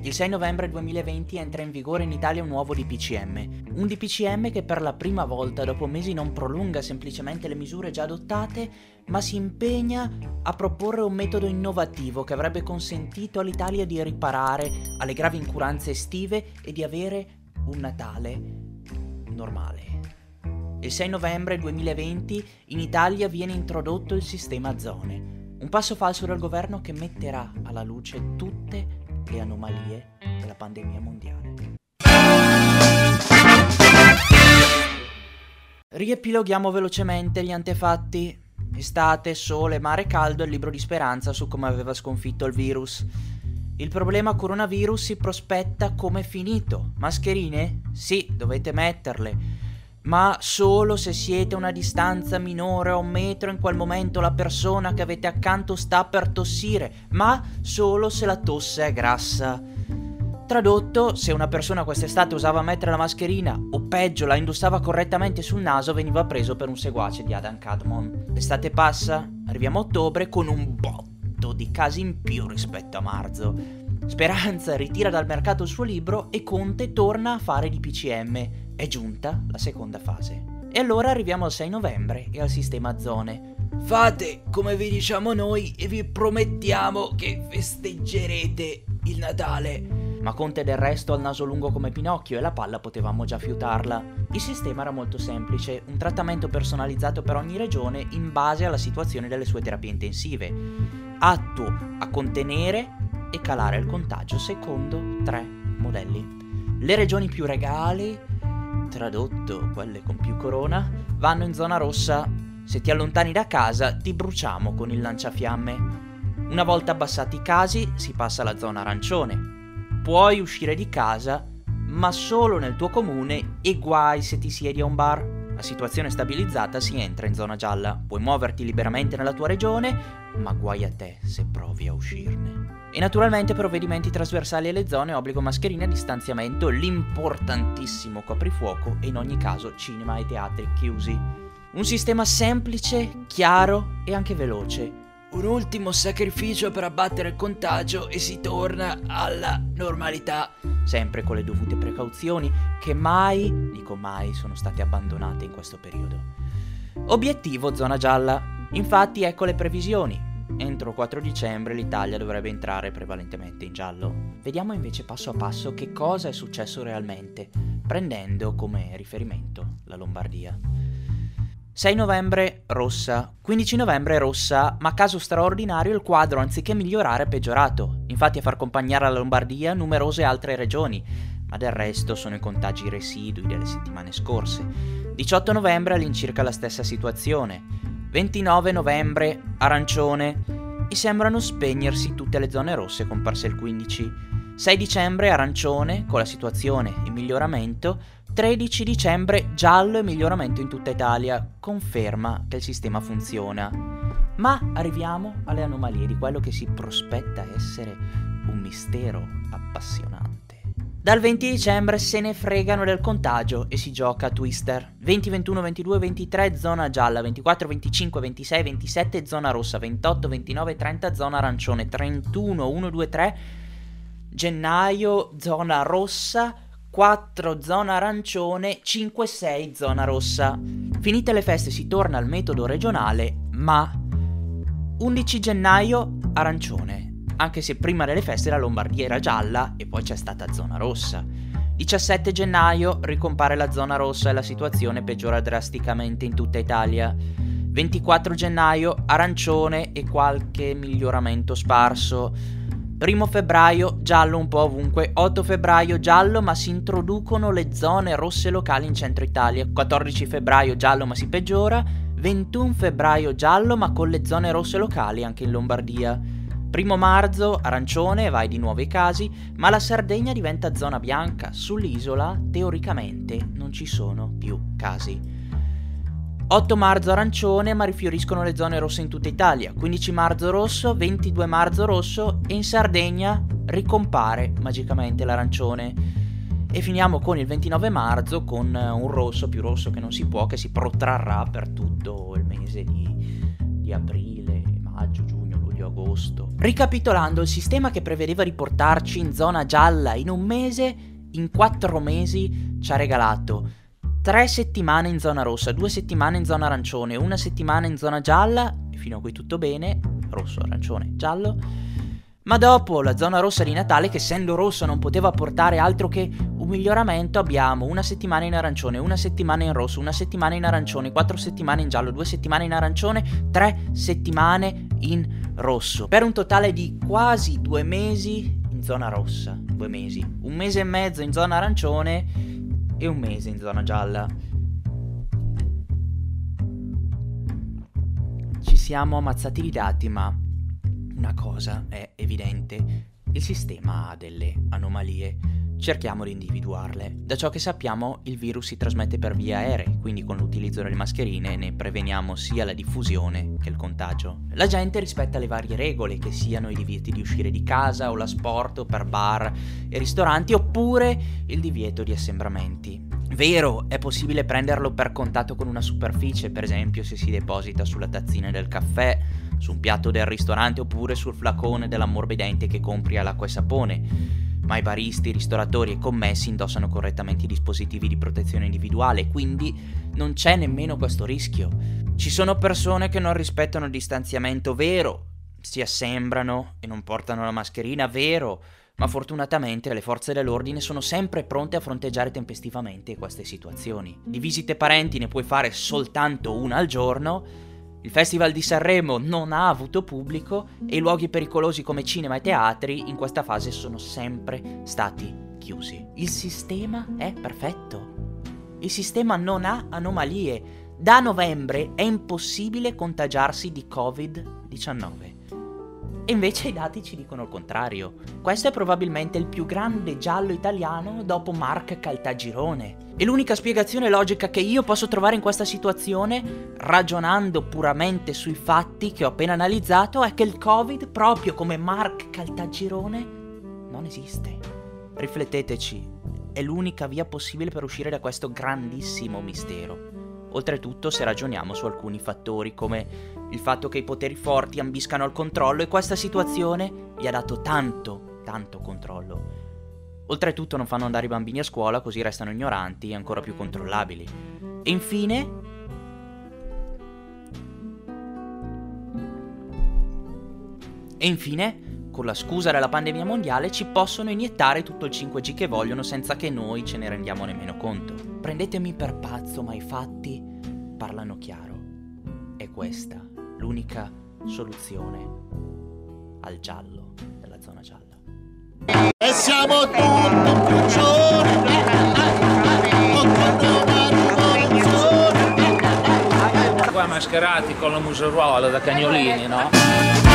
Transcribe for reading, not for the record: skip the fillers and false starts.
Il 6 novembre 2020 entra in vigore in Italia un nuovo DPCM. Un DPCM che per la prima volta dopo mesi non prolunga semplicemente le misure già adottate, ma si impegna a proporre un metodo innovativo che avrebbe consentito all'Italia di riparare alle gravi incuranze estive e di avere un Natale normale. Il 6 novembre 2020 in Italia viene introdotto il sistema zone, un passo falso del governo che metterà alla luce tutte le anomalie della pandemia mondiale. Riepiloghiamo velocemente gli antefatti. Estate, sole, mare caldo e il libro di speranza su come aveva sconfitto il virus. Il problema coronavirus si prospetta come finito. Mascherine? Sì, dovete metterle, ma solo se siete a una distanza minore a 1 metro in quel momento la persona che avete accanto sta per tossire, ma solo se la tosse è grassa. Tradotto, se una persona quest'estate usava mettere la mascherina o peggio la indossava correttamente sul naso, veniva preso per un seguace di Adam Cadmon. L'estate passa, arriviamo a ottobre con un botto di casi in più rispetto a marzo. Speranza ritira dal mercato il suo libro e Conte torna a fare DPCM. È giunta la seconda fase. E allora arriviamo al 6 novembre e al sistema zone. Fate come vi diciamo noi e vi promettiamo che festeggerete il Natale. Ma Conte del resto ha il naso lungo come Pinocchio e la palla potevamo già fiutarla. Il sistema era molto semplice, un trattamento personalizzato per ogni regione in base alla situazione delle sue terapie intensive, atto a contenere e calare il contagio secondo 3 modelli. Le regioni più regali, tradotto quelle con più corona, vanno in zona rossa. Se ti allontani da casa ti bruciamo con il lanciafiamme. Una volta abbassati i casi si passa alla zona arancione. Puoi uscire di casa, ma solo nel tuo comune e guai se ti siedi a un bar. A situazione stabilizzata si entra in zona gialla. Puoi muoverti liberamente nella tua regione, ma guai a te se provi a uscirne. E naturalmente provvedimenti trasversali alle zone, obbligo mascherine, distanziamento, l'importantissimo coprifuoco e in ogni caso cinema e teatri chiusi. Un sistema semplice, chiaro e anche veloce. Un ultimo sacrificio per abbattere il contagio e si torna alla normalità, sempre con le dovute precauzioni che mai, dico mai, sono state abbandonate in questo periodo. Obiettivo zona gialla. Infatti ecco le previsioni. Entro 4 dicembre l'Italia dovrebbe entrare prevalentemente in giallo. Vediamo invece passo a passo che cosa è successo realmente, prendendo come riferimento la Lombardia. 6 novembre rossa, 15 novembre rossa, ma caso straordinario il quadro anziché migliorare è peggiorato. Infatti a far accompagnare la Lombardia numerose altre regioni, ma del resto sono i contagi residui delle settimane scorse. 18 novembre all'incirca la stessa situazione. 29 novembre arancione e sembrano spegnersi tutte le zone rosse comparse il 15. 6 dicembre arancione con la situazione in miglioramento. 13 dicembre giallo e miglioramento in tutta Italia, conferma che il sistema funziona. Ma arriviamo alle anomalie di quello che si prospetta essere un mistero appassionante. Dal 20 dicembre se ne fregano del contagio e si gioca a Twister. 20, 21, 22, 23 zona gialla, 24, 25, 26, 27 zona rossa, 28, 29, 30 zona arancione, 31, 1, 2, 3 gennaio zona rossa, 4 zona arancione, 5, 6 zona rossa. Finite le feste si torna al metodo regionale, ma 11 gennaio arancione, anche se prima delle feste la Lombardia era gialla e poi c'è stata zona rossa. 17 gennaio ricompare la zona rossa e la situazione peggiora drasticamente in tutta Italia. 24 gennaio arancione e qualche miglioramento sparso. 1 febbraio giallo un po' ovunque, 8 febbraio giallo ma si introducono le zone rosse locali in centro Italia, 14 febbraio giallo ma si peggiora, 21 febbraio giallo ma con le zone rosse locali anche in Lombardia. 1 marzo arancione, vai di nuovo i casi, ma la Sardegna diventa zona bianca, sull'isola teoricamente non ci sono più casi. 8 marzo arancione ma rifioriscono le zone rosse in tutta Italia, 15 marzo rosso, 22 marzo rosso e in Sardegna ricompare magicamente l'arancione. E finiamo con il 29 marzo con un rosso, più rosso che non si può, che si protrarrà per tutto il mese di aprile, maggio, giugno, luglio, agosto. Ricapitolando, il sistema che prevedeva riportarci in zona gialla in un mese, in 4 mesi ci ha regalato 3 settimane in zona rossa, 2 settimane in zona arancione, 1 settimana in zona gialla, e fino a qui tutto bene, rosso, arancione, giallo. Ma dopo la zona rossa di Natale, che essendo rossa non poteva portare altro che un miglioramento, abbiamo 1 settimana in arancione, 1 settimana in rosso, 1 settimana in arancione, 4 settimane in giallo, 2 settimane in arancione, 3 settimane in rosso, per un totale di quasi 2 mesi in zona rossa, 2 mesi, 1 mese e mezzo in zona arancione e 1 mese in zona gialla. Ci siamo ammazzati di dati, ma una cosa è evidente: il sistema ha delle anomalie. Cerchiamo di individuarle. Da ciò che sappiamo, il virus si trasmette per vie aeree, quindi con l'utilizzo delle mascherine ne preveniamo sia la diffusione che il contagio. La gente rispetta le varie regole, che siano i divieti di uscire di casa o l'asporto per bar e ristoranti, oppure il divieto di assembramenti. Vero, è possibile prenderlo per contatto con una superficie, per esempio se si deposita sulla tazzina del caffè, su un piatto del ristorante oppure sul flacone dell'ammorbidente che compri all'acqua e sapone. Ma i baristi, i ristoratori e i commessi indossano correttamente i dispositivi di protezione individuale, quindi non c'è nemmeno questo rischio. Ci sono persone che non rispettano il distanziamento, vero, si assembrano e non portano la mascherina, vero, ma fortunatamente le forze dell'ordine sono sempre pronte a fronteggiare tempestivamente queste situazioni. Di visite parenti ne puoi fare soltanto una al giorno. Il Festival di Sanremo non ha avuto pubblico e i luoghi pericolosi come cinema e teatri in questa fase sono sempre stati chiusi. Il sistema è perfetto. Il sistema non ha anomalie. Da novembre è impossibile contagiarsi di Covid-19. E invece i dati ci dicono il contrario. Questo è probabilmente il più grande giallo italiano dopo Mark Caltagirone. E l'unica spiegazione logica che io posso trovare in questa situazione, ragionando puramente sui fatti che ho appena analizzato, è che il Covid, proprio come Mark Caltagirone, non esiste. Rifletteteci, è l'unica via possibile per uscire da questo grandissimo mistero. Oltretutto, se ragioniamo su alcuni fattori, come il fatto che i poteri forti ambiscano al controllo, e questa situazione gli ha dato tanto controllo. Oltretutto non fanno andare i bambini a scuola, così restano ignoranti e ancora più controllabili. E infine, con la scusa della pandemia mondiale, ci possono iniettare tutto il 5G che vogliono senza che noi ce ne rendiamo nemmeno conto. Prendetemi per pazzo, ma i fatti parlano chiaro. È questa l'unica soluzione al giallo, della zona gialla. E siamo tutti piccioni, Qua mascherati con la museruola da cagnolini, no?